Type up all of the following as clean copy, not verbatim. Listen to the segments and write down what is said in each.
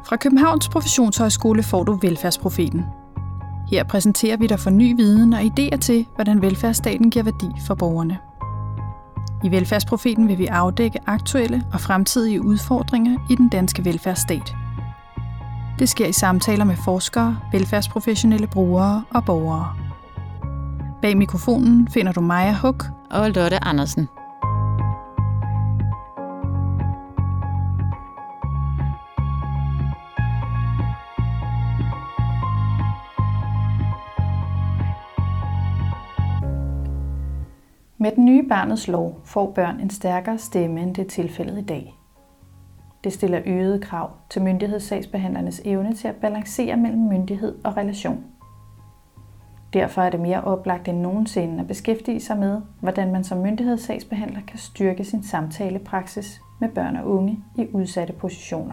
Fra Københavns Professionshøjskole får du Velfærdsprofeten. Her præsenterer vi dig for ny viden og idéer til, hvordan velfærdsstaten giver værdi for borgerne. I Velfærdsprofeten vil vi afdække aktuelle og fremtidige udfordringer i den danske velfærdsstat. Det sker i samtaler med forskere, velfærdsprofessionelle brugere og borgere. Bag mikrofonen finder du Maja Huk og Lotte Andersen. Med den nye Barnets Lov får børn en stærkere stemme, end det er tilfældet i dag. Det stiller øgede krav til myndighedssagsbehandlernes evne til at balancere mellem myndighed og relation. Derfor er det mere oplagt end nogensinde at beskæftige sig med, hvordan man som myndighedssagsbehandler kan styrke sin samtalepraksis med børn og unge i udsatte positioner.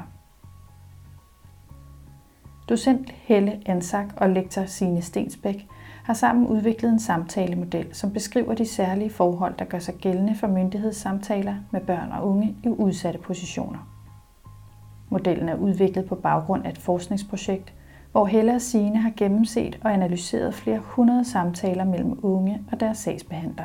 Docent Helle Ansak og lektor Signe Stensbæk har sammen udviklet en samtalemodel, som beskriver de særlige forhold, der gør sig gældende for myndighedssamtaler med børn og unge i udsatte positioner. Modellen er udviklet på baggrund af et forskningsprojekt, hvor Helle og Signe har gennemset og analyseret flere hundrede samtaler mellem unge og deres sagsbehandler.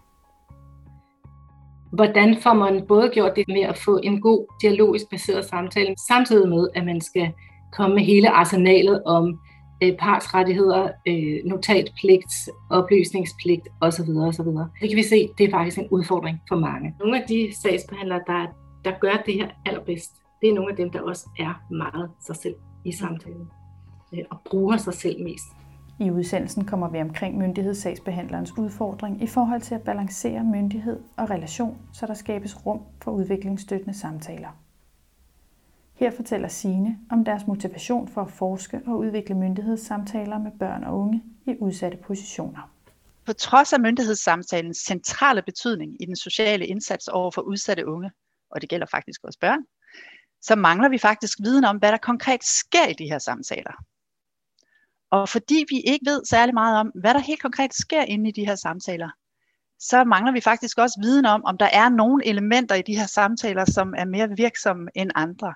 Hvordan får man både gjort det med at få en god dialogisk baseret samtale, samtidig med, at man skal komme med hele arsenalet om partsrettigheder, notatpligt, oplysningspligt osv. osv. Det kan vi se, det er faktisk en udfordring for mange. Nogle af de sagsbehandlere, der gør det her allerbedst, det er nogle af dem, der også er meget sig selv i samtalen og bruger sig selv mest. I udsendelsen kommer vi omkring myndighedssagsbehandlerens udfordring i forhold til at balancere myndighed og relation, så der skabes rum for udviklingsstøttende samtaler. Her fortæller Signe om deres motivation for at forske og udvikle myndighedssamtaler med børn og unge i udsatte positioner. På trods af myndighedssamtalens centrale betydning i den sociale indsats over for udsatte unge, og det gælder faktisk også børn, så mangler vi faktisk viden om, hvad der konkret sker i de her samtaler. Og fordi vi ikke ved særlig meget om, hvad der helt konkret sker inde i de her samtaler, så mangler vi faktisk også viden om der er nogle elementer i de her samtaler, som er mere virksomme end andre.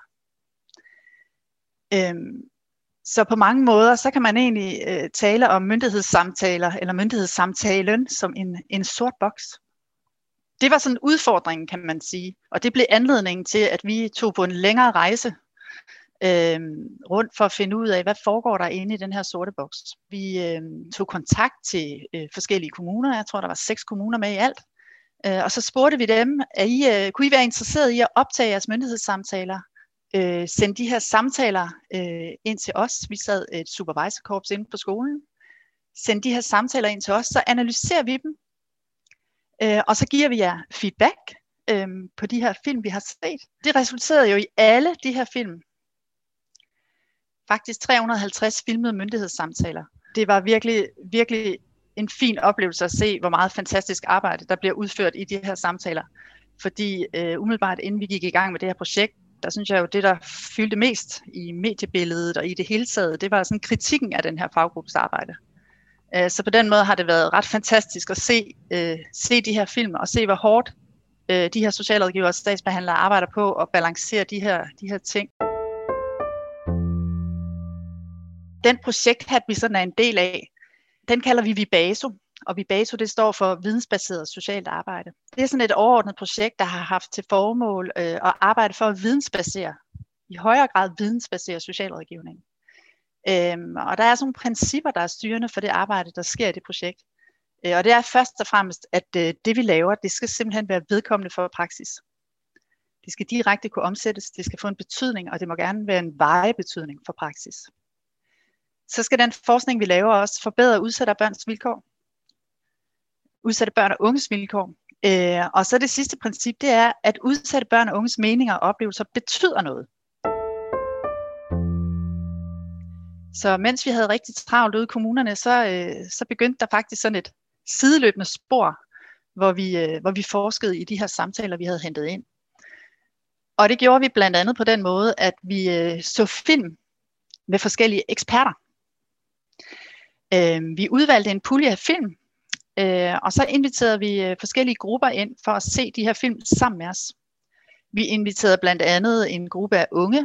Så på mange måder, så kan man egentlig tale om myndighedssamtaler eller myndighedssamtalen som en sort boks. Det var sådan udfordringen, kan man sige, og det blev anledningen til, at vi tog på en længere rejse rundt for at finde ud af, hvad foregår der inde i den her sorte boks. Vi tog kontakt til forskellige kommuner, jeg tror der var 6 kommuner med i alt, og så spurgte vi dem, kunne I være interesseret i at optage jeres myndighedssamtaler? Send de her samtaler ind til os. Vi sad et supervisorkorps inde på skolen. Send de her samtaler ind til os, så analyserer vi dem. Og så giver vi jer feedback på de her film, vi har set. Det resulterede jo i alle de her film. Faktisk 350 filmede myndighedssamtaler. Det var virkelig, virkelig en fin oplevelse at se, hvor meget fantastisk arbejde, der bliver udført i de her samtaler. Fordi umiddelbart inden vi gik i gang med det her projekt, der synes jeg jo, det der fyldte mest i mediebilledet og i det hele taget, det var sådan kritikken af den her faggruppes arbejde. Så på den måde har det været ret fantastisk at se de her film og se, hvor hårdt de her socialrådgivere og statsbehandlere arbejder på at balancere de her ting. Den projekthat, vi sådan er en del af, den kalder vi Vibaso. Og Vibaso, det står for vidensbaseret socialt arbejde. Det er sådan et overordnet projekt, der har haft til formål at arbejde for at vidensbasere, i højere grad vidensbasere socialrådgivning. Og der er sådan nogle principper, der er styrende for det arbejde, der sker i det projekt. Og det er først og fremmest, at det vi laver, det skal simpelthen være vedkommende for praksis. Det skal direkte kunne omsættes, det skal få en betydning, og det må gerne være en varig betydning for praksis. Så skal den forskning, vi laver, også forbedre udsatte børns vilkår. Udsatte børn og unges vilkår. Og så det sidste princip, det er, at udsatte børn og unges meninger og oplevelser betyder noget. Så mens vi havde rigtig travlt ude i kommunerne, så begyndte der faktisk sådan et sideløbende spor, hvor vi forskede i de her samtaler, vi havde hentet ind. Og det gjorde vi blandt andet på den måde, at vi så film med forskellige eksperter. Vi udvalgte en pulje af film, og så inviterede vi forskellige grupper ind for at se de her film sammen med os. Vi inviterede blandt andet en gruppe af unge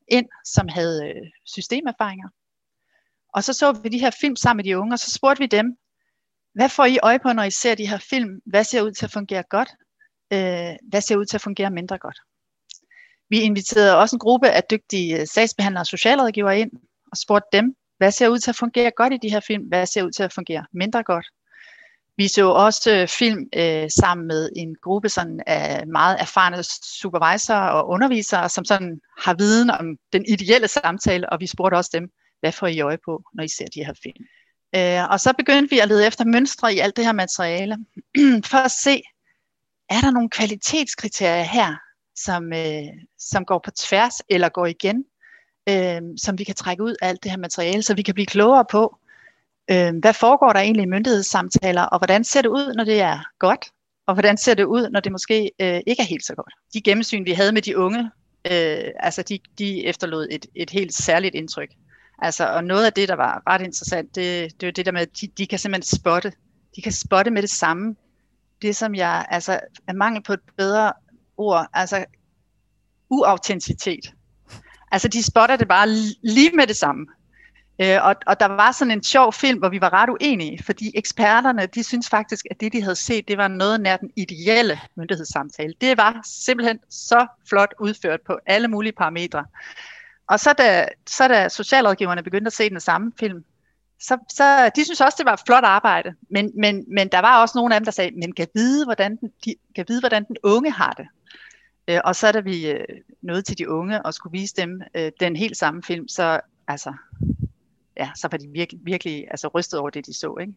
ind, som havde systemerfaringer. Og så vi de her film sammen med de unge, og så spurgte vi dem, hvad får I øje på, når I ser de her film? Hvad ser ud til at fungere godt? Hvad ser ud til at fungere mindre godt? Vi inviterede også en gruppe af dygtige sagsbehandlere og socialrådgivere ind, og spurgte dem, hvad ser ud til at fungere godt i de her film? Hvad ser ud til at fungere mindre godt? Vi så også film sammen med en gruppe sådan af meget erfarne supervisorer og undervisere, som sådan har viden om den ideelle samtale, og vi spurgte også dem, hvad får I øje på, når I ser de her film? Og så begyndte vi at lede efter mønstre i alt det her materiale, for at se, er der nogle kvalitetskriterier her, som går på tværs eller går igen, som vi kan trække ud af alt det her materiale, så vi kan blive klogere på, hvad foregår der egentlig i myndighedssamtaler, og hvordan ser det ud, når det er godt, og hvordan ser det ud, når det måske ikke er helt så godt. De gennemsyn, vi havde med de unge, de efterlod et helt særligt indtryk. Altså, og noget af det, der var ret interessant, det er jo det der med, at de kan simpelthen spotte. De kan spotte med det samme. Det som jeg, altså, er mangel på et bedre ord, altså uautenticitet. Altså, de spotter det bare lige med det samme. Og der var sådan en sjov film, hvor vi var ret uenige, fordi eksperterne, de synes faktisk, at det, de havde set, det var noget nær den ideelle myndighedssamtale. Det var simpelthen så flot udført på alle mulige parametre. Og så da socialrådgiverne begyndte at se den samme film, så de synes også, det var flot arbejde. Men der var også nogle af dem, der sagde, men kan vide, hvordan den unge har det. Og så da vi nåede til de unge og skulle vise dem den helt samme film, så var de virkelig altså, rystet over det, de så, ikke?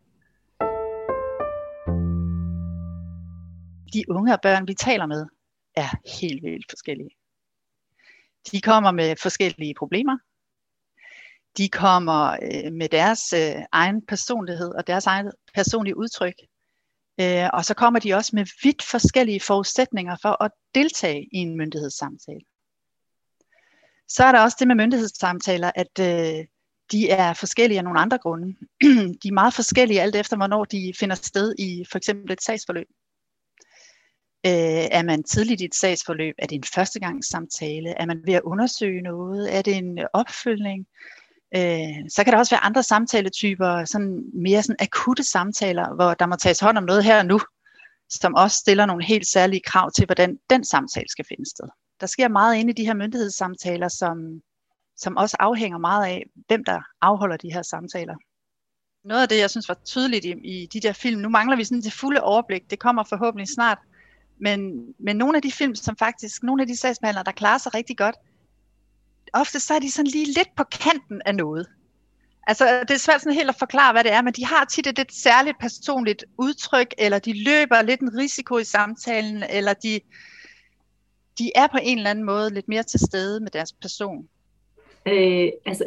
De unge og børn, vi taler med, er helt vildt forskellige. De kommer med forskellige problemer. De kommer med deres egen personlighed og deres egen personlige udtryk. Og så kommer de også med vidt forskellige forudsætninger for at deltage i en myndighedssamtale. Så er der også det med myndighedssamtaler, at de er forskellige af nogle andre grunde. De er meget forskellige alt efter, hvornår de finder sted i for eksempel et sagsforløb. Er man tidligt i et sagsforløb? Er det en førstegangssamtale? Er man ved at undersøge noget? Er det en opfølgning? Så kan der også være andre samtaletyper, sådan mere sådan akutte samtaler, hvor der må tages hånd om noget her og nu, som også stiller nogle helt særlige krav til, hvordan den samtale skal finde sted. Der sker meget inde i de her myndighedssamtaler, som også afhænger meget af, hvem der afholder de her samtaler. Noget af det, jeg synes var tydeligt i de der film, nu mangler vi sådan det fulde overblik, det kommer forhåbentlig snart, men nogle af de film, som faktisk, nogle af de sagsbehandlere, der klarer sig rigtig godt, ofte så er de sådan lige lidt på kanten af noget. Altså det er svært sådan helt at forklare, hvad det er, men de har tit et lidt særligt personligt udtryk, eller de løber lidt en risiko i samtalen, eller de er på en eller anden måde lidt mere til stede med deres person. Altså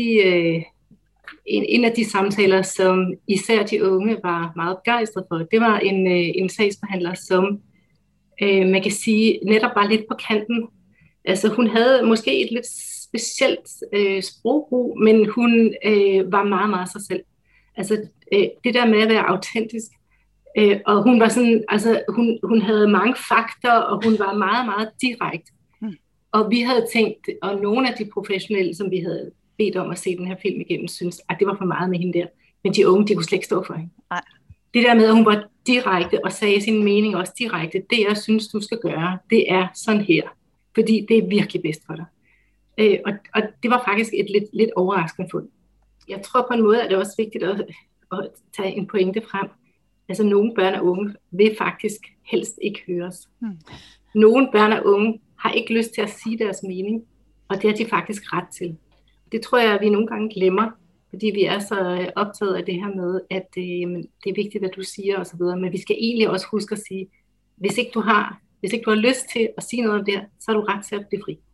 en af de samtaler, som især de unge var meget begejstrede for, det var en sagsbehandler, som man kan sige netop var lidt på kanten. Altså hun havde måske et lidt specielt sprogbrug, men hun var meget, meget sig selv. Altså det der med at være autentisk. Og hun var sådan, altså hun havde mange fakta, og hun var meget, meget direkte. Og vi havde tænkt, og nogle af de professionelle, som vi havde bedt om at se den her film igennem, synes, at det var for meget med hende der. Men de unge, de kunne slet ikke stå for hende. Nej. Det der med, at hun var direkte og sagde sin mening også direkte, det jeg synes, du skal gøre, det er sådan her. Fordi det er virkelig bedst for dig. Og det var faktisk et lidt overraskende fund. Jeg tror på en måde, at det er også vigtigt at tage en pointe frem. Altså nogle børn og unge vil faktisk helst ikke høres. Nogle børn og unge har ikke lyst til at sige deres mening, og det har de faktisk ret til. Det tror jeg, at vi nogle gange glemmer, fordi vi er så optaget af det her med, at det er vigtigt, hvad du siger osv., men vi skal egentlig også huske at sige, hvis ikke du har lyst til at sige noget om det, så har du ret til at blive fri.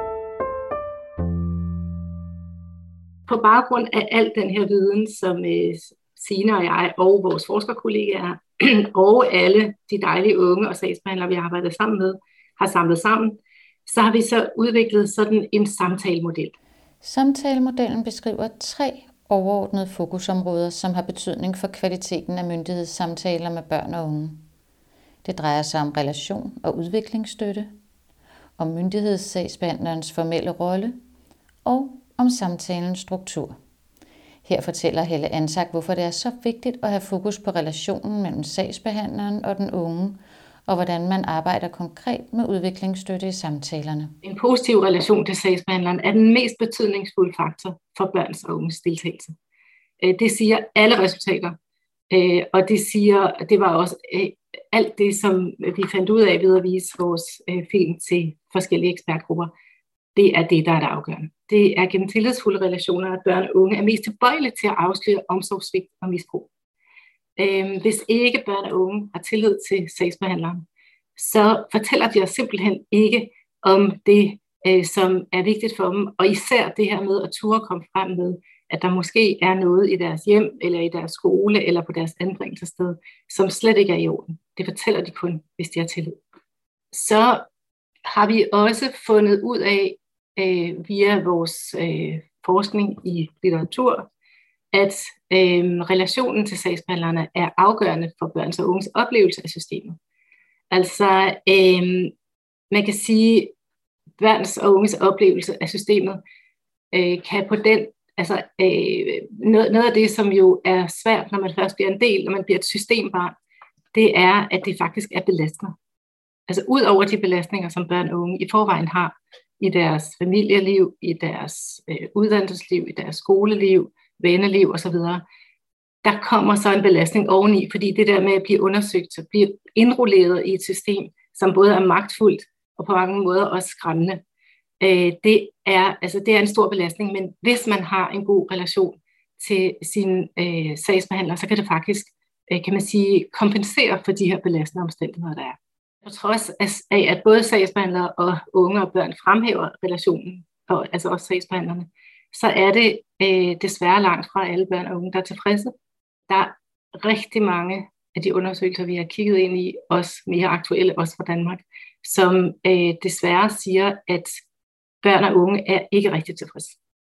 På baggrund af al den her viden, som Signe og jeg og vores forskerkollegaer og alle de dejlige unge og sagsbehandlere, vi har arbejdet sammen med, har samlet sammen, så har vi så udviklet sådan en samtalemodel. Samtalemodellen beskriver 3 overordnede fokusområder, som har betydning for kvaliteten af myndighedssamtaler med børn og unge. Det drejer sig om relation og udviklingsstøtte, om myndighedssagsbehandlerens formelle rolle og om samtalens struktur. Her fortæller Helle Ansak, hvorfor det er så vigtigt at have fokus på relationen mellem sagsbehandleren og den unge, og hvordan man arbejder konkret med udviklingsstøtte i samtalerne. En positiv relation til sagsbehandleren er den mest betydningsfulde faktor for børns og unges deltagelse. Det siger alle resultater, og det var også alt det, som vi fandt ud af ved at vise vores film til forskellige ekspertgrupper. Det er det, der er det afgørende. Det er gennem tillidsfulde relationer, at børn og unge er mest tilbøjelige til at afsløre omsorgssvigt og misbrug. Hvis ikke børn og unge har tillid til sagsbehandleren, så fortæller de os simpelthen ikke om det, som er vigtigt for dem, og især det her med at turde komme frem med, at der måske er noget i deres hjem, eller i deres skole, eller på deres anbringelsessted, som slet ikke er i orden. Det fortæller de kun, hvis de har tillid. Så har vi også fundet ud af, via vores forskning i litteratur, at relationen til sagsbehandlerne er afgørende for børns og unges oplevelse af systemet. Altså, man kan sige, børns og unges oplevelse af systemet kan på den, altså noget af det, som jo er svært, når man først bliver en del, når man bliver et systembarn, det er, at det faktisk er belastende. Altså ud over de belastninger, som børn og unge i forvejen har i deres familieliv, i deres uddannelsesliv, i deres skoleliv, venneliv osv., der kommer så en belastning oveni, fordi det der med at blive undersøgt, at blive indrulleret i et system, som både er magtfuldt og på mange måder også skræmmende, det er en stor belastning, men hvis man har en god relation til sin sagsbehandler, så kan det faktisk, kan man sige, kompensere for de her belastende omstændigheder, der er. På trods af, at både sagsbehandlere og unge og børn fremhæver relationen, og altså også sagsbehandlerne, så er det desværre langt fra alle børn og unge, der er tilfredse. Der er rigtig mange af de undersøgelser, vi har kigget ind i, også mere aktuelle, også fra Danmark, som desværre siger, at børn og unge er ikke rigtig tilfredse.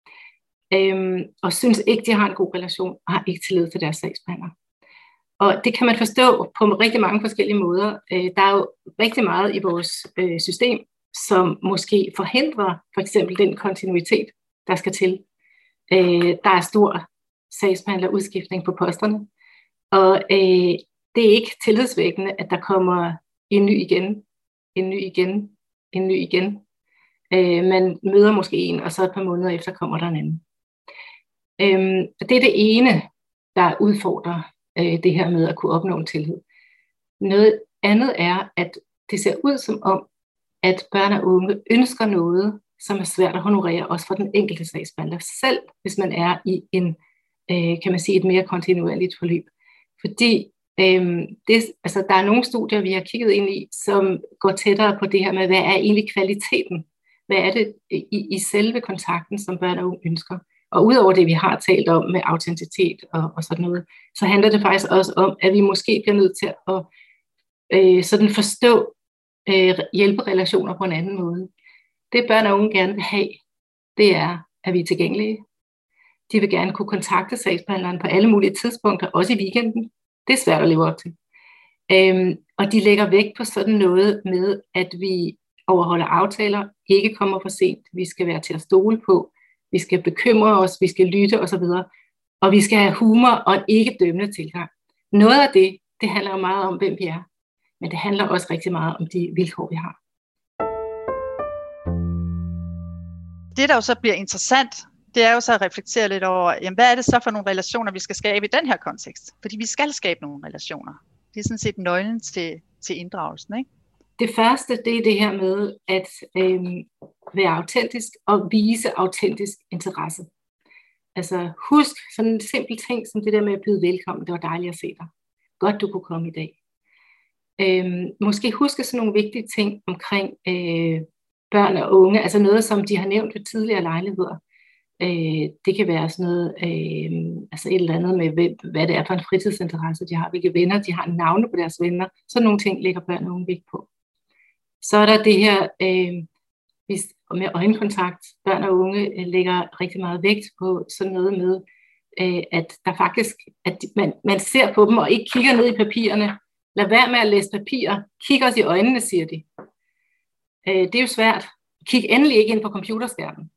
Og synes ikke, de har en god relation, og har ikke tillid til deres sagsbehandler. Og det kan man forstå på rigtig mange forskellige måder. Der er jo rigtig meget i vores system, som måske forhindrer for eksempel den kontinuitet, der skal til. Der er stor sagsbehandlerudskiftning på posterne, og det er ikke tillidsvækkende, at der kommer en ny igen, en ny igen, en ny igen. Man møder måske en, og så et par måneder efter kommer der en anden. Det er det ene, der udfordrer det her med at kunne opnå en tillid. Noget andet er, at det ser ud som om, at børn og unge ønsker noget, som er svært at honorere, også for den enkelte sagsbehandler, selv hvis man er i en, kan man sige, et mere kontinuerligt forløb. Fordi der er nogle studier, vi har kigget ind i, som går tættere på det her med, hvad er egentlig kvaliteten? Hvad er det i selve kontakten, som børn og unge ønsker? Og udover det, vi har talt om med autenticitet og sådan noget, så handler det faktisk også om, at vi måske bliver nødt til at sådan forstå hjælperelationer på en anden måde. Det børn og unge gerne vil have, det er, at vi er tilgængelige. De vil gerne kunne kontakte sagsbehandleren på alle mulige tidspunkter, også i weekenden. Det er svært at leve op til. Og de lægger vægt på sådan noget med, at vi overholder aftaler, ikke kommer for sent, vi skal være til at stole på, vi skal bekymre os, vi skal lytte osv. Og vi skal have humor og en ikke dømmende tilgang. Noget af det handler jo meget om, hvem vi er. Men det handler også rigtig meget om de vilkår, vi har. Det, der jo så bliver interessant, det er jo så at reflektere lidt over, jamen, hvad er det så for nogle relationer, vi skal skabe i den her kontekst? Fordi vi skal skabe nogle relationer. Det er sådan set nøglen til inddragelsen, ikke? Det første, det er det her med at være autentisk og vise autentisk interesse. Altså husk sådan en simpel ting som det der med at byde velkommen. Det var dejligt at se dig. Godt, du kunne komme i dag. Måske huske sådan nogle vigtige ting omkring børn og unge. Altså noget, som de har nævnt ved tidligere lejligheder. Det kan være sådan noget, altså et eller andet med, hvad det er for en fritidsinteresse, de har, hvilke venner, de har navne på deres venner. Sådan nogle ting lægger børn og unge vægt på. Så er der det her med øjenkontakt. Børn og unge lægger rigtig meget vægt på sådan noget med, at der faktisk, at man ser på dem og ikke kigger ned i papirerne. Lad være med at læse papirer. Kig os i øjnene, siger de. Det er jo svært. Kig endelig ikke ind på computerskærmen,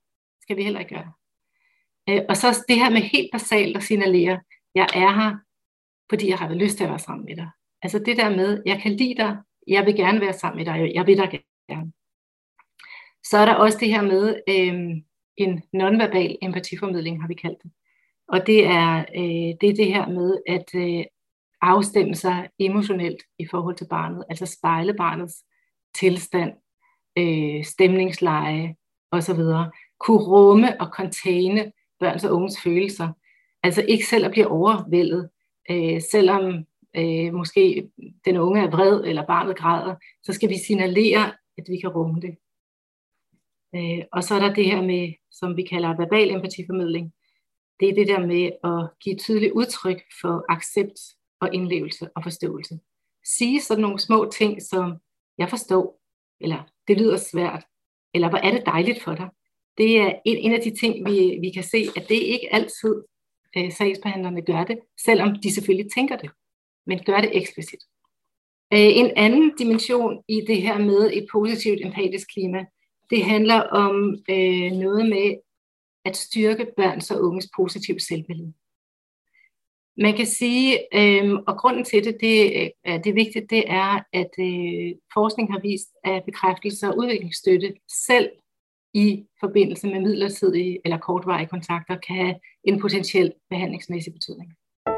skal vi heller ikke gøre. Og så det her med helt basalt at signalere, jeg er her, fordi jeg har lyst til at være sammen med dig. Altså det der med, jeg kan lide dig, jeg vil gerne være sammen med dig, jeg vil dig gerne. Så er der også det her med en nonverbal empatiformidling, har vi kaldt det. Og det er det her med at afstemme sig emotionelt i forhold til barnet, altså spejle barnets tilstand, stemningsleje osv. Kunne rumme og containe børns og unges følelser. Altså ikke selv at blive overvældet, selvom måske den unge er vred eller barnet græder, så skal vi signalere, at vi kan rumme det. Og så er der det her med, som vi kalder verbal empatiformidling. Det er det der med at give tydeligt udtryk for accept og indlevelse og forståelse. Sige sådan nogle små ting som, jeg forstår, eller det lyder svært, eller hvor er det dejligt for dig. Det er en af de ting, vi kan se, at det ikke altid sagsbehandlerne gør det, selvom de selvfølgelig tænker det, men gør det eksplicit. En anden dimension i det her med et positivt empatisk klima, det handler om noget med at styrke børns og unges positive selvbillede. Man kan sige, og grunden til det er vigtigt, det er, at forskning har vist, at bekræftelse og udviklingsstøtte selv i forbindelse med midlertidige eller kortvarige kontakter kan have en potentiel behandlingsmæssig betydning.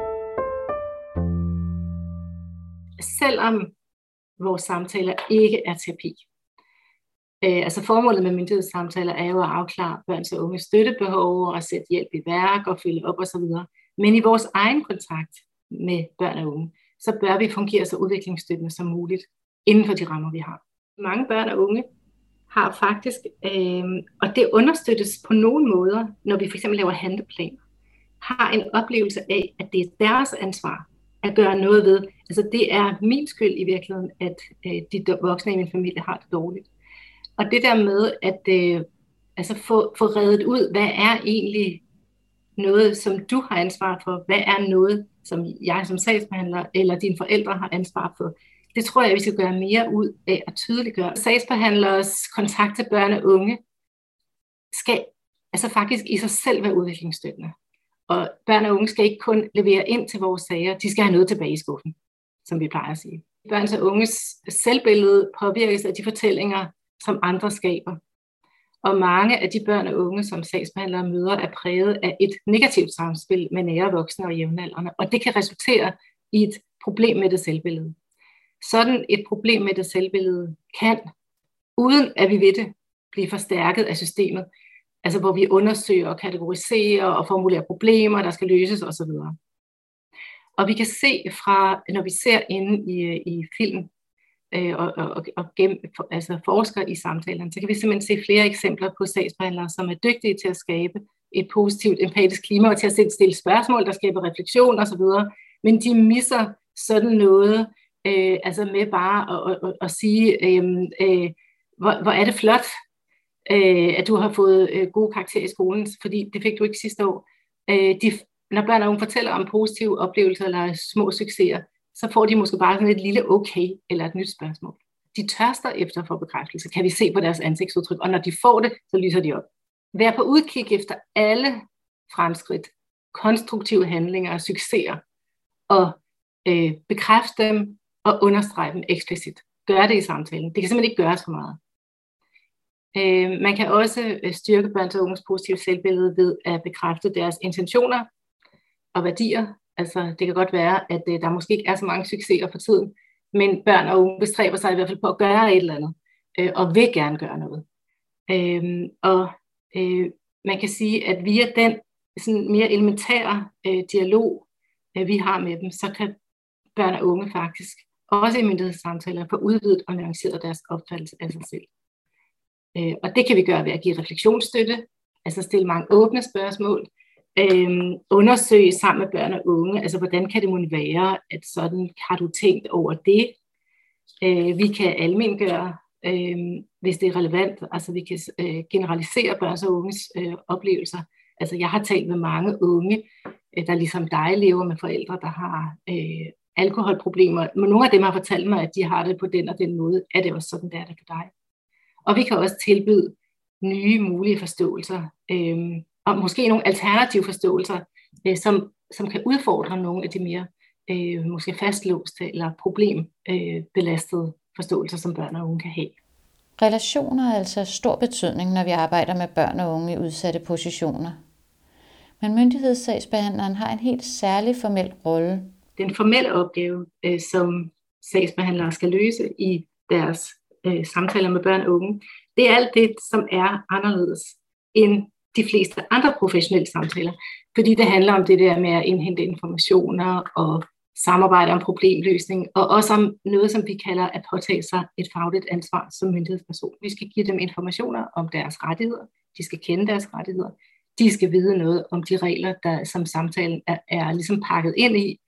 Selvom vores samtaler ikke er terapi. Altså formålet med myndighedssamtaler er jo at afklare børns og unges støttebehov og sætte hjælp i værk og følge op osv. Men i vores egen kontakt med børn og unge, så bør vi fungere så udviklingsstøttende som muligt inden for de rammer, vi har. Mange børn og unge har faktisk, og det understøttes på nogle måder, når vi for eksempel laver handleplaner, har en oplevelse af, at det er deres ansvar at gøre noget ved. Altså det er min skyld i virkeligheden, at de voksne i min familie har det dårligt. Og det der med at få redet ud, hvad er egentlig noget, som du har ansvar for? Hvad er noget, som jeg som sagsbehandler eller dine forældre har ansvar for? Det tror jeg, vi skal gøre mere ud af at tydeliggøre. Sagsbehandlers kontakt til børn og unge skal altså faktisk i sig selv være udviklingsstøttende. Og børn og unge skal ikke kun levere ind til vores sager, de skal have noget tilbage i skuffen, som vi plejer at sige. Børn og unges selvbillede påvirkes af de fortællinger, som andre skaber. Og mange af de børn og unge, som sagsbehandlere møder, er præget af et negativt samspil med nære voksne og jævnaldrende. Og det kan resultere i et problem med det selvbillede. Sådan et problem med det selvbillede kan, uden at vi ved det, blive forstærket af systemet. Altså hvor vi undersøger og kategoriserer og formulerer problemer, der skal løses osv. Og vi kan se fra, når vi ser inde i film, altså forsker i samtalerne, så kan vi simpelthen se flere eksempler på sagsbehandlere, som er dygtige til at skabe et positivt empatisk klima og til at stille spørgsmål, der skaber refleksion osv. Men de misser sådan noget, altså med bare at sige, hvor er det flot, at du har fået gode karakterer i skolen, fordi det fik du ikke sidste år. Når børn og unge fortæller om positive oplevelser eller små succeser, så får de måske bare sådan et lille okay eller et nyt spørgsmål. De tørster efter for bekræftelse, kan vi se på deres ansigtsudtryk, og når de får det, så lyser de op. Vær på udkig efter alle fremskridt, konstruktive handlinger og succeser, og bekræfte dem og understrege dem eksplicit. Gør det i samtalen. Det kan simpelthen ikke gøres for meget. Man kan også styrke børns og unges positive selvbillede ved at bekræfte deres intentioner og værdier. Altså, det kan godt være, at der måske ikke er så mange succeser for tiden, men børn og unge bestræber sig i hvert fald på at gøre et eller andet, og vil gerne gøre noget. Man kan sige, at via den sådan mere elementære dialog, vi har med dem, så kan børn og unge faktisk, også i myndighedssamtaler, få udvidet og nuanceret deres opfattelse af sig selv. Og det kan vi gøre ved at give refleksionsstøtte, altså stille mange åbne spørgsmål, undersøge sammen med børn og unge, altså hvordan kan det måske være, at sådan har du tænkt over det. Vi kan almengøre, hvis det er relevant, altså vi kan generalisere børns og unges oplevelser. Altså jeg har talt med mange unge, der ligesom dig lever med forældre, der har alkoholproblemer, men nogle af dem har fortalt mig, at de har det på den og den måde, at det også sådan, der er det for dig. Og vi kan også tilbyde nye mulige forståelser, og måske nogle alternative forståelser, som kan udfordre nogle af de mere måske fastlåste eller problembelastede forståelser, som børn og unge kan have. Relationer er altså stor betydning, når vi arbejder med børn og unge i udsatte positioner. Men myndighedssagsbehandleren har en helt særlig formel rolle. Den formelle opgave, som sagsbehandlere skal løse i deres samtaler med børn og unge, det er alt det, som er anderledes end de fleste andre professionelle samtaler. Fordi det handler om det der med at indhente informationer og samarbejde om problemløsning, og også om noget, som vi kalder at påtage sig et fagligt ansvar som myndighedsperson. Vi skal give dem informationer om deres rettigheder. De skal kende deres rettigheder. De skal vide noget om de regler, der som samtalen er ligesom pakket ind i.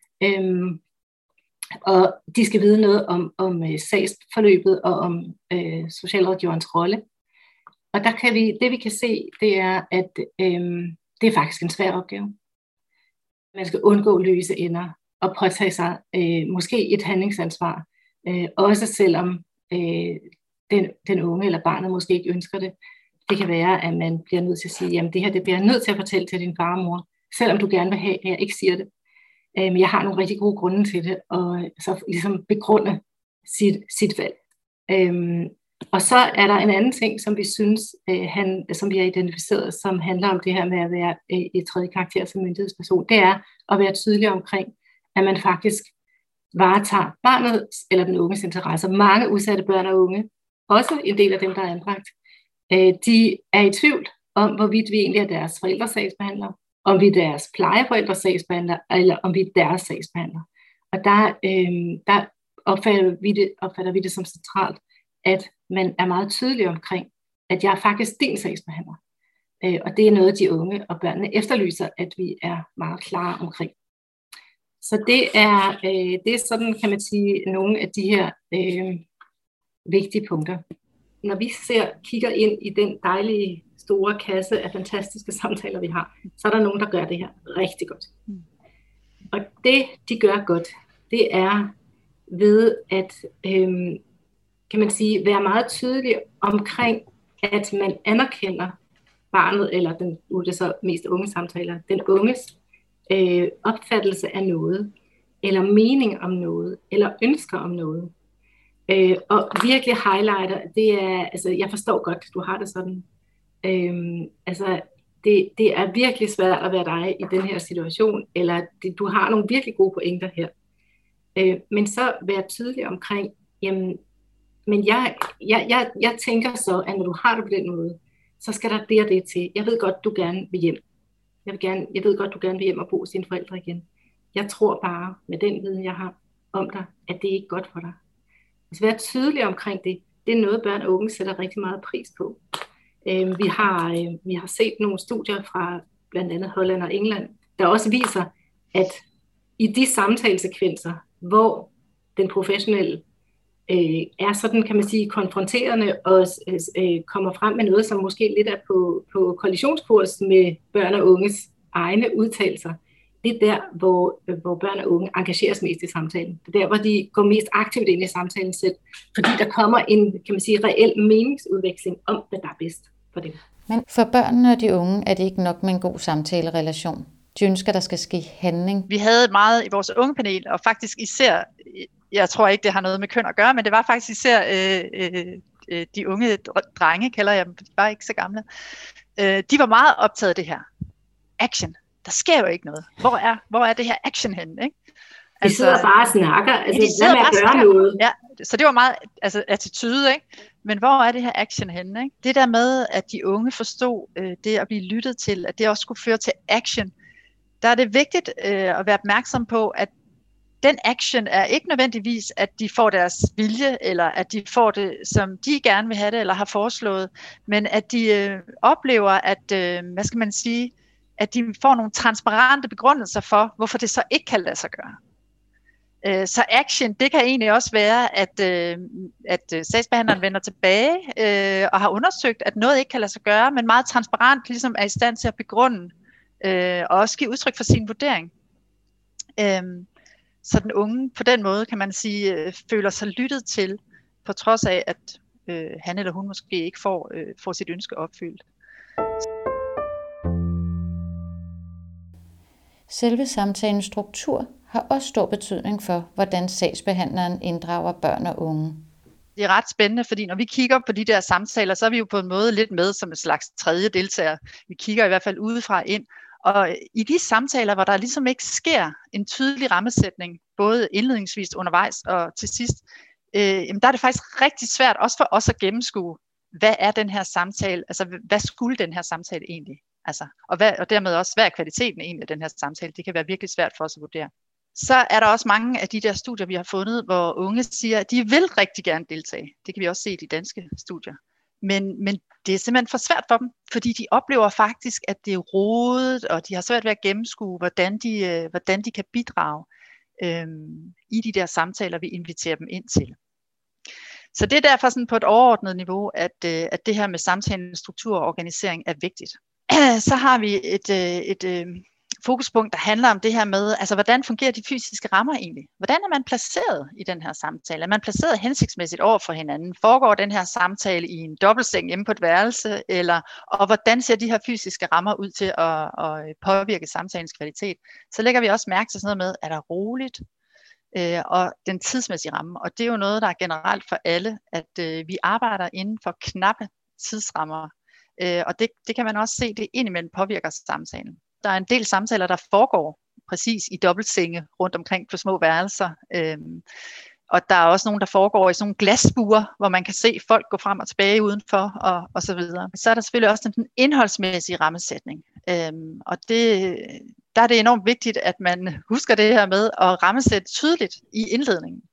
Og de skal vide noget om sagsforløbet og om socialrådgiverens rolle. Og der kan det vi kan se, det er, at det er faktisk en svær opgave. Man skal undgå løse ender og påtage sig måske et handlingsansvar, også selvom den unge eller barnet måske ikke ønsker det. Det kan være, at man bliver nødt til at sige, jamen det her det bliver jeg nødt til at fortælle til din far og mor, selvom du gerne vil have, at jeg ikke siger det. Men jeg har nogle rigtig gode grunde til det, og så ligesom begrunde sit valg. Og så er der en anden ting, som vi synes, som vi har identificeret, som handler om det her med at være i tredje karakter som myndighedsperson. Det er at være tydelig omkring, at man faktisk varetager barnet eller den unges interesser. Mange udsatte børn og unge, også en del af dem, der er anbragt, de er i tvivl om, hvorvidt vi egentlig er deres forældresagsbehandler, om vi er deres plejeforældres sagsbehandler, eller om vi er deres sagsbehandler. Og der opfatter vi det som centralt, at man er meget tydelig omkring, at jeg er faktisk din sagsbehandler. Og det er noget, de unge og børnene efterlyser, at vi er meget klare omkring. Så det er sådan, kan man sige, nogle af de her vigtige punkter. Når vi kigger ind i den dejlige store kasse af fantastiske samtaler, vi har, så er der nogen, der gør det her rigtig godt. Og det, de gør godt, det er ved at, kan man sige, være meget tydelig omkring, at man anerkender barnet, eller nu er det så mest unge samtaler, den unges opfattelse af noget, eller mening om noget, eller ønsker om noget. Og virkelig highlighter, det er, altså jeg forstår godt, du har det sådan. Det er virkelig svært at være dig i den her situation, eller du har nogle virkelig gode pointer her. Men så være tydelig omkring, jamen, men jeg tænker så, at når du har det på den måde, så skal der det og det til. Jeg ved godt, du gerne vil hjem. Jeg ved godt, du gerne vil hjem og bo hos dine forældre igen. Jeg tror bare, med den viden, jeg har om dig, at det er ikke godt for dig. Altså være tydelig omkring det. Det er noget, børn og unge sætter rigtig meget pris på. Vi har set nogle studier fra blandt andet Holland og England, der også viser, at i de samtalesekvenser, hvor den professionelle er sådan, kan man sige, konfronterende og kommer frem med noget, som måske lidt er på kollisionskurs med børn og unges egne udtalelser, det er der, hvor børn og unge engageres mest i samtalen. Det er der, hvor de går mest aktivt ind i samtalen selv, fordi der kommer en, kan man sige, reel meningsudveksling om, hvad der er bedst for dem. Men for børnene og de unge er det ikke nok med en god samtalerelation. De ønsker, der skal ske handling. Vi havde meget i vores ungepanel, og faktisk især, jeg tror ikke, det har noget med køn at gøre, men det var faktisk især de unge drenge, kalder jeg dem, for de var ikke så gamle. De var meget optaget af det her. Action. Der sker jo ikke noget. Hvor er det her action henne? Ikke? De sidder bare og snakker. Altså, de sidder bare og snakker. Noget. Ja, så det var meget attitude, ikke? Men hvor er det her action henne? Ikke? Det der med, at de unge forstod det at blive lyttet til, at det også skulle føre til action, der er det vigtigt at være opmærksom på, at den action er ikke nødvendigvis, at de får deres vilje, eller at de får det, som de gerne vil have det, eller har foreslået, men at de oplever, at, hvad skal man sige, at de får nogle transparente begrundelser for, hvorfor det så ikke kan lade sig gøre. Så action, det kan egentlig også være, at sagsbehandleren vender tilbage og har undersøgt, at noget ikke kan lade sig gøre, men meget transparent ligesom er i stand til at begrunde og også give udtryk for sin vurdering. Så den unge på den måde, kan man sige, føler sig lyttet til, på trods af, at han eller hun måske ikke får sit ønske opfyldt. Selve samtalens struktur har også stor betydning for, hvordan sagsbehandleren inddrager børn og unge. Det er ret spændende, fordi når vi kigger på de der samtaler, så er vi jo på en måde lidt med som en slags tredje deltager. Vi kigger i hvert fald udefra ind. Og i de samtaler, hvor der ligesom ikke sker en tydelig rammesætning, både indledningsvis, undervejs og til sidst, der er det faktisk rigtig svært, også for os at gennemskue, hvad er den her samtale, altså hvad skulle den her samtale egentlig? Altså, og dermed også, hvad er kvaliteten egentlig af den her samtale? Det kan være virkelig svært for os at vurdere. Så er der også mange af de der studier, vi har fundet, hvor unge siger, at de vil rigtig gerne deltage. Det kan vi også se i de danske studier. Men det er simpelthen for svært for dem, fordi de oplever faktisk, at det er rodet, og de har svært ved at gennemskue, hvordan de kan bidrage i de der samtaler, vi inviterer dem ind til. Så det er derfor sådan på et overordnet niveau, at det her med samtalens struktur og organisering er vigtigt. Så har vi et fokuspunkt, der handler om det her med, altså hvordan fungerer de fysiske rammer egentlig? Hvordan er man placeret i den her samtale? Er man placeret hensigtsmæssigt over for hinanden? Foregår den her samtale i en dobbeltseng hjemme på et værelse? Og hvordan ser de her fysiske rammer ud til at påvirke samtalens kvalitet? Så lægger vi også mærke til sådan noget med, er der roligt? Og den tidsmæssige ramme. Og det er jo noget, der er generelt for alle, at vi arbejder inden for knappe tidsrammer. Og det kan man også se, det indimellem påvirker samtalen. Der er en del samtaler, der foregår præcis i dobbeltsenge rundt omkring på små værelser. Og der er også nogle, der foregår i sådan nogle glasbuer, hvor man kan se folk gå frem og tilbage udenfor og så videre. Så er der selvfølgelig også den indholdsmæssige rammesætning. Og der er det enormt vigtigt, at man husker det her med at rammesætte tydeligt i indledningen.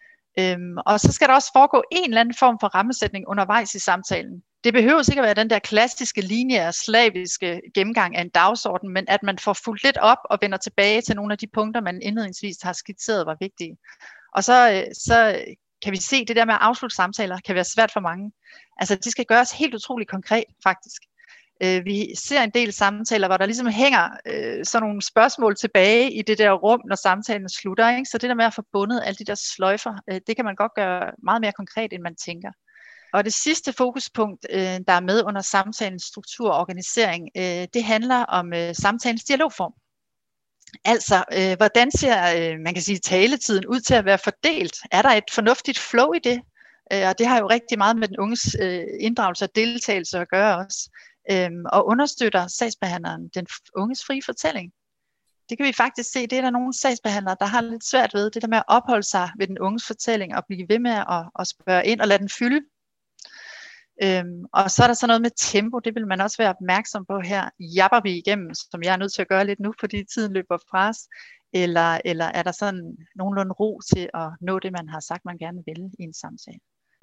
Og så skal der også foregå en eller anden form for rammesætning undervejs i samtalen. Det behøver ikke at være den der klassiske lineære, slaviske gennemgang af en dagsorden, men at man får fulgt lidt op og vender tilbage til nogle af de punkter, man indledningsvis har skitseret, var vigtige. Og så kan vi se, at det der med at afslutte samtaler kan være svært for mange. Altså det skal gøres helt utroligt konkret, faktisk. Vi ser en del samtaler, hvor der ligesom hænger sådan nogle spørgsmål tilbage i det der rum, når samtalen slutter. Ikke? Så det der med at få bundet alle de der sløjfer, det kan man godt gøre meget mere konkret, end man tænker. Og det sidste fokuspunkt, der er med under samtalens struktur og organisering, det handler om samtalens dialogform. Altså, hvordan ser, man kan sige, taletiden ud til at være fordelt? Er der et fornuftigt flow i det? Og det har jo rigtig meget med den unges inddragelse og deltagelse at gøre også. Og understøtter sagsbehandleren den unges frie fortælling. Det kan vi faktisk se, det er der nogle sagsbehandlere, der har lidt svært ved, det der med at opholde sig ved den unges fortælling og blive ved med at spørge ind og lade den fylde. Og så er der så noget med tempo, det vil man også være opmærksom på her. Japper vi igennem, som jeg er nødt til at gøre lidt nu, fordi tiden løber fra os, eller er der sådan nogenlunde ro til at nå det, man har sagt, man gerne vil i en samtale?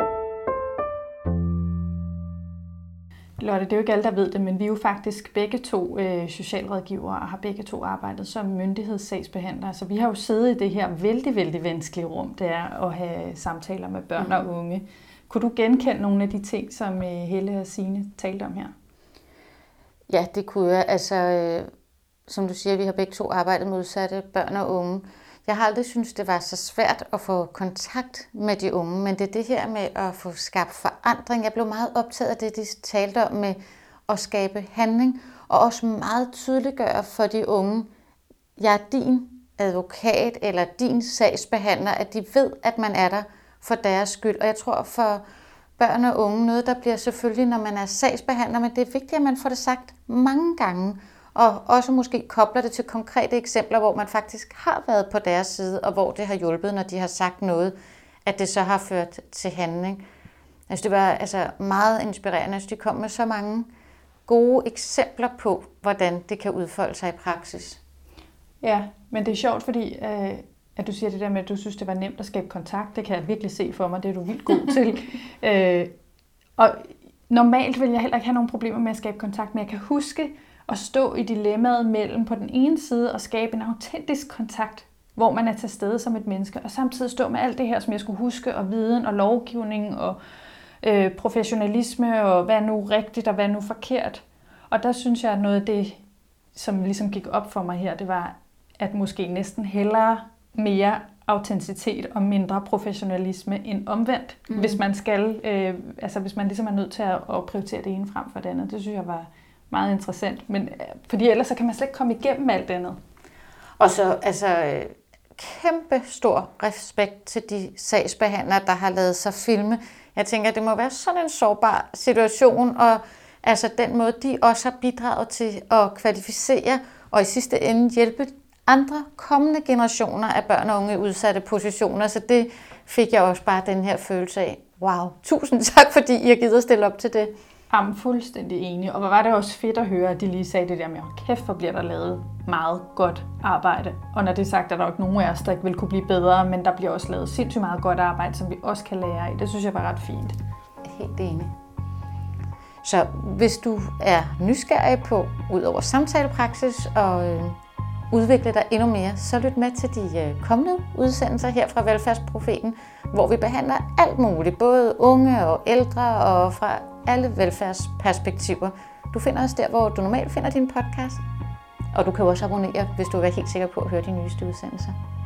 Lotte, det er jo ikke alle, der ved det, men vi er jo faktisk begge to socialrådgivere og har begge to arbejdet som myndighedssagsbehandlere. Så vi har jo siddet i det her vældig, vældig vanskelige rum, det er at have samtaler med børn og unge. Kunne du genkende nogle af de ting, som Helle og Signe talte om her? Ja, det kunne jeg. Altså, som du siger, vi har begge to arbejdet med udsatte børn og unge. Jeg har aldrig syntes, det var så svært at få kontakt med de unge, men det er det her med at få skabt forandring. Jeg blev meget optaget af det, de talte om med at skabe handling, og også meget tydeliggøre for de unge, jeg er din advokat eller din sagsbehandler, at de ved, at man er der for deres skyld. Og jeg tror for børn og unge, noget der bliver selvfølgelig, når man er sagsbehandler, men det er vigtigt, at man får det sagt mange gange, og også måske kobler det til konkrete eksempler, hvor man faktisk har været på deres side, og hvor det har hjulpet, når de har sagt noget, at det så har ført til handling. Altså det var altså meget inspirerende, at de kom med så mange gode eksempler på, hvordan det kan udfolde sig i praksis. Ja, men det er sjovt, fordi at du siger det der med, at du synes, det var nemt at skabe kontakt. Det kan jeg virkelig se for mig, det er du vildt god til. Og normalt vil jeg heller ikke have nogen problemer med at skabe kontakt, men jeg kan huske at stå i dilemmaet mellem på den ene side og skabe en autentisk kontakt, hvor man er til stede som et menneske, og samtidig stå med alt det her, som jeg skulle huske, og viden og lovgivning og professionalisme, og hvad er nu rigtigt og hvad er nu forkert. Og der synes jeg, at noget af det, som ligesom gik op for mig her, det var, at måske næsten hellere mere autenticitet og mindre professionalisme end omvendt, hvis man skal, hvis man ligesom er nødt til at prioritere det ene frem for det andet. Det synes jeg var meget interessant, men fordi ellers så kan man slet ikke komme igennem alt andet. Og så kæmpe stor respekt til de sagsbehandlere, der har lavet sig filme. Jeg tænker, det må være sådan en sårbar situation, og altså den måde, de også har bidraget til at kvalificere og i sidste ende hjælpe andre kommende generationer af børn og unge i udsatte positioner. Så det fik jeg også bare den her følelse af, wow, tusind tak, fordi I har givet at stille op til det. Jamen, fuldstændig enig. Og hvor var det også fedt at høre, at de lige sagde det der med, kæft, hvor bliver der lavet meget godt arbejde. Og når det er sagt, er der jo ikke nogen af os, der ikke vil kunne blive bedre, men der bliver også lavet sindssygt meget godt arbejde, som vi også kan lære af. Det synes jeg var ret fint. Helt enig. Så hvis du er nysgerrig på, ud over samtalepraksis og udvikle dig endnu mere, så lyt med til de kommende udsendelser her fra Velfærdsprofeten, hvor vi behandler alt muligt, både unge og ældre og fra alle velfærdsperspektiver. Du finder os der, hvor du normalt finder din podcast, og du kan også abonnere, hvis du vil være helt sikker på at høre de nyeste udsendelser.